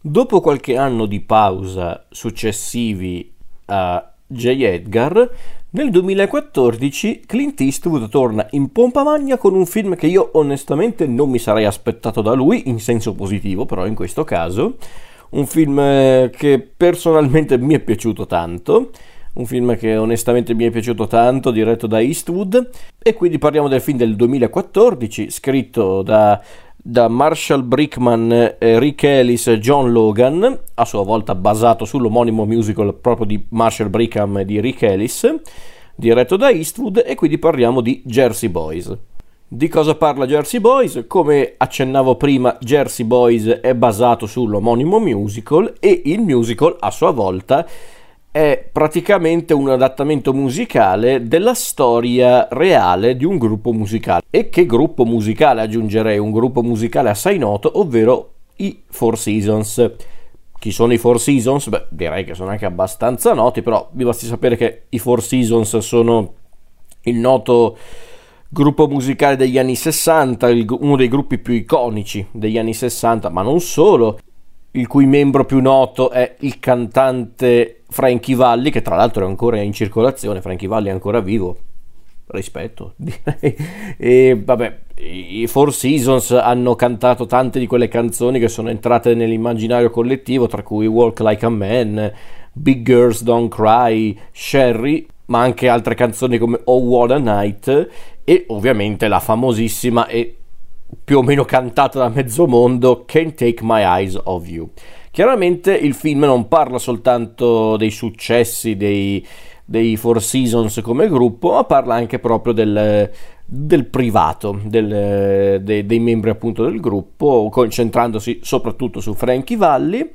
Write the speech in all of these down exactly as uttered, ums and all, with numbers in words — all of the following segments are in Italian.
Dopo qualche anno di pausa successivi a J. Edgar, nel duemilaquattordici Clint Eastwood torna in pompa magna con un film che io onestamente non mi sarei aspettato da lui, in senso positivo però in questo caso, un film che personalmente mi è piaciuto tanto, un film che onestamente mi è piaciuto tanto, diretto da Eastwood, e quindi parliamo del film del duemilaquattordici, scritto da da Marshall Brickman, Rick Ellis e John Logan, a sua volta basato sull'omonimo musical proprio di Marshall Brickman e di Rick Ellis, diretto da Eastwood, e quindi parliamo di Jersey Boys. Di cosa parla Jersey Boys? Come accennavo prima, Jersey Boys è basato sull'omonimo musical e il musical a sua volta è praticamente un adattamento musicale della storia reale di un gruppo musicale. E che gruppo musicale, aggiungerei, un gruppo musicale assai noto, ovvero i Four Seasons. Chi sono i Four Seasons? Beh, direi che sono anche abbastanza noti, però vi basti sapere che i Four Seasons sono il noto gruppo musicale degli anni sessanta, il, uno dei gruppi più iconici degli anni sessanta, ma non solo, il cui membro più noto è il cantante Frankie Valli, che tra l'altro è ancora in circolazione. Frankie Valli è ancora vivo, rispetto, direi. E vabbè, i Four Seasons hanno cantato tante di quelle canzoni che sono entrate nell'immaginario collettivo, tra cui Walk Like a Man, Big Girls Don't Cry, Sherry, ma anche altre canzoni come Oh What a Night, e ovviamente la famosissima e più o meno cantata da mezzo mondo Can't Take My Eyes Off You. Chiaramente il film non parla soltanto dei successi dei, dei Four Seasons come gruppo, ma parla anche proprio del, del privato del, dei, dei membri appunto del gruppo, concentrandosi soprattutto su Frankie Valli.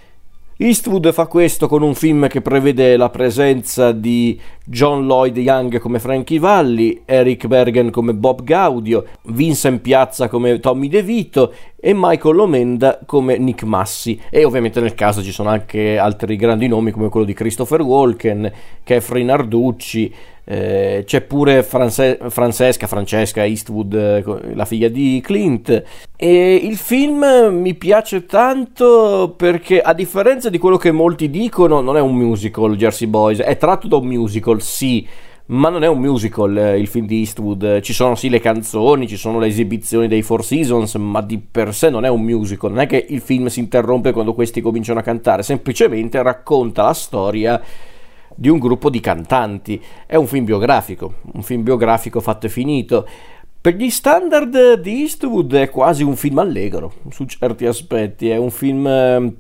Eastwood fa questo con un film che prevede la presenza di John Lloyd Young come Frankie Valli, Eric Bergen come Bob Gaudio, Vincent Piazza come Tommy DeVito e Michael Lomenda come Nick Massey. E ovviamente nel caso ci sono anche altri grandi nomi come quello di Christopher Walken, Catherine Arducci, eh, c'è pure France- Francesca Francesca Eastwood, eh, la figlia di Clint. E il film mi piace tanto perché, a differenza di quello che molti dicono, non è un musical. Jersey Boys è tratto da un musical, sì, ma non è un musical eh, il film di Eastwood. Ci sono sì le canzoni, ci sono le esibizioni dei Four Seasons, ma di per sé non è un musical. Non è che il film si interrompe quando questi cominciano a cantare, semplicemente racconta la storia di un gruppo di cantanti. È un film biografico, un film biografico fatto e finito. Per gli standard di Eastwood è quasi un film allegro su certi aspetti, è un film eh,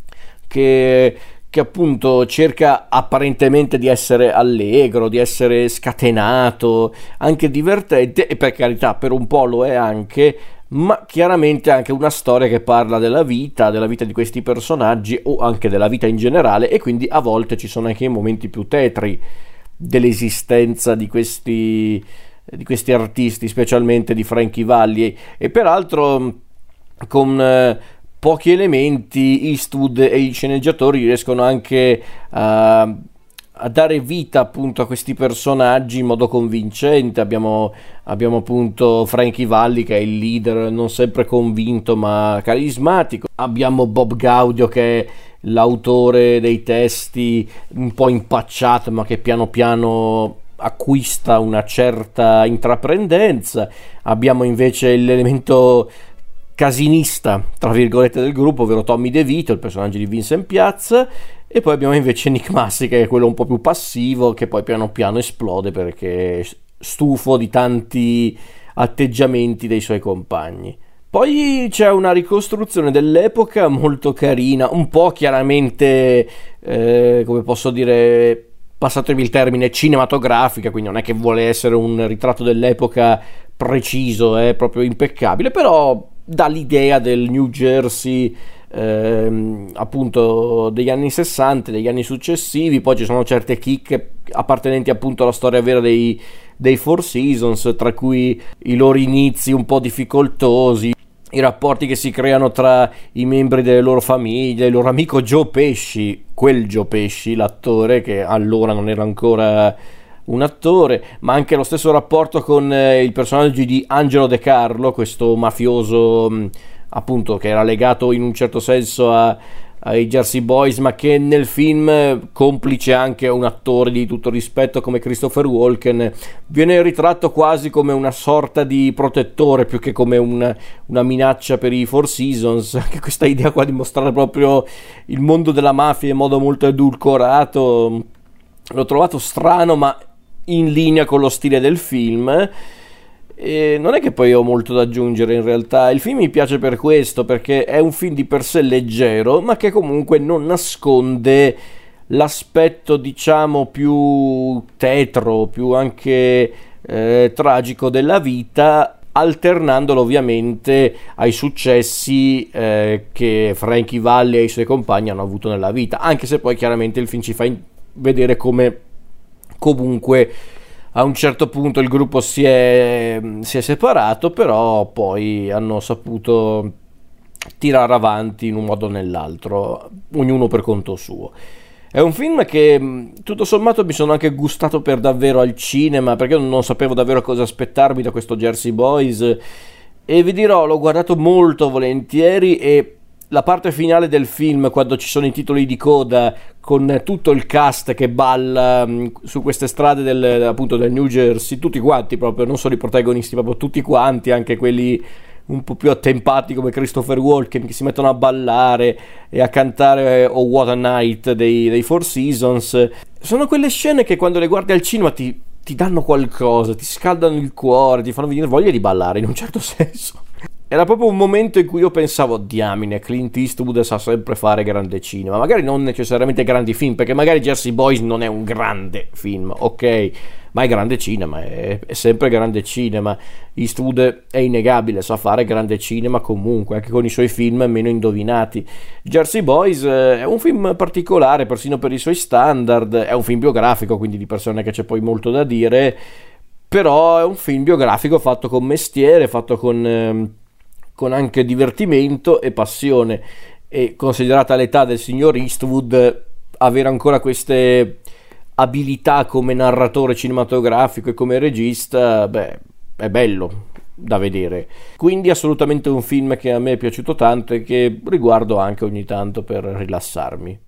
che che appunto cerca apparentemente di essere allegro, di essere scatenato, anche divertente, e per carità per un po' lo è anche, ma chiaramente anche una storia che parla della vita, della vita di questi personaggi o anche della vita in generale, e quindi a volte ci sono anche i momenti più tetri dell'esistenza di questi, di questi artisti, specialmente di Frankie Valli, e, e peraltro con eh, pochi elementi Eastwood e i sceneggiatori riescono anche a, a dare vita appunto a questi personaggi in modo convincente. Abbiamo, abbiamo appunto Frankie Valli che è il leader non sempre convinto ma carismatico, abbiamo Bob Gaudio che è l'autore dei testi un po' impacciato ma che piano piano acquista una certa intraprendenza, abbiamo invece l'elemento casinista tra virgolette del gruppo, ovvero Tommy DeVito, il personaggio di Vincent Piazza, e poi abbiamo invece Nick Massey che è quello un po' più passivo, che poi piano piano esplode perché è stufo di tanti atteggiamenti dei suoi compagni. Poi c'è una ricostruzione dell'epoca molto carina, un po' chiaramente eh, come posso dire, passatemi il termine, cinematografica, quindi non è che vuole essere un ritratto dell'epoca preciso, è proprio impeccabile, però dà l'idea del New Jersey ehm, appunto degli anni sessanta, degli anni successivi. Poi ci sono certe chicche appartenenti appunto alla storia vera dei, dei Four Seasons, tra cui i loro inizi un po' difficoltosi, i rapporti che si creano tra i membri delle loro famiglie, il loro amico Joe Pesci, quel Joe Pesci, l'attore che allora non era ancora un attore, ma anche lo stesso rapporto con eh, il personaggio di Angelo De Carlo, questo mafioso mh, appunto che era legato in un certo senso a, ai Jersey Boys, ma che nel film, complice anche un attore di tutto rispetto come Christopher Walken, viene ritratto quasi come una sorta di protettore più che come un, una minaccia per i Four Seasons. Anche questa idea qua di mostrare proprio il mondo della mafia in modo molto edulcorato l'ho trovato strano, ma in linea con lo stile del film. E non è che poi ho molto da aggiungere in realtà. Il film mi piace per questo, perché è un film di per sé leggero, ma che comunque non nasconde l'aspetto diciamo più tetro, più anche eh, tragico della vita, alternandolo ovviamente ai successi eh, che Frankie Valli e i suoi compagni hanno avuto nella vita, anche se poi chiaramente il film ci fa in- vedere come comunque a un certo punto il gruppo si è, si è separato, però poi hanno saputo tirare avanti in un modo o nell'altro, ognuno per conto suo. È un film che tutto sommato mi sono anche gustato per davvero al cinema, perché io non sapevo davvero cosa aspettarmi da questo Jersey Boys, e vi dirò, l'ho guardato molto volentieri, e la parte finale del film, quando ci sono i titoli di coda con tutto il cast che balla mh, su queste strade del, appunto del New Jersey, tutti quanti proprio, non solo i protagonisti, proprio tutti quanti, anche quelli un po' più attempati come Christopher Walken, che si mettono a ballare e a cantare Oh What a Night dei, dei Four Seasons. Sono quelle scene che quando le guardi al cinema ti, ti danno qualcosa, ti scaldano il cuore, ti fanno venire voglia di ballare in un certo senso. Era proprio un momento in cui io pensavo, diamine, Clint Eastwood sa sempre fare grande cinema, magari non necessariamente grandi film, perché magari Jersey Boys non è un grande film, ok, ma è grande cinema, è, è sempre grande cinema. Eastwood è innegabile, sa fare grande cinema comunque, anche con i suoi film meno indovinati. Jersey Boys è un film particolare, persino per i suoi standard, è un film biografico, quindi di persone che c'è poi molto da dire, però è un film biografico fatto con mestiere, fatto con... Ehm, con anche divertimento e passione, e considerata l'età del signor Eastwood, avere ancora queste abilità come narratore cinematografico e come regista, beh, è bello da vedere. Quindi assolutamente un film che a me è piaciuto tanto e che riguardo anche ogni tanto per rilassarmi.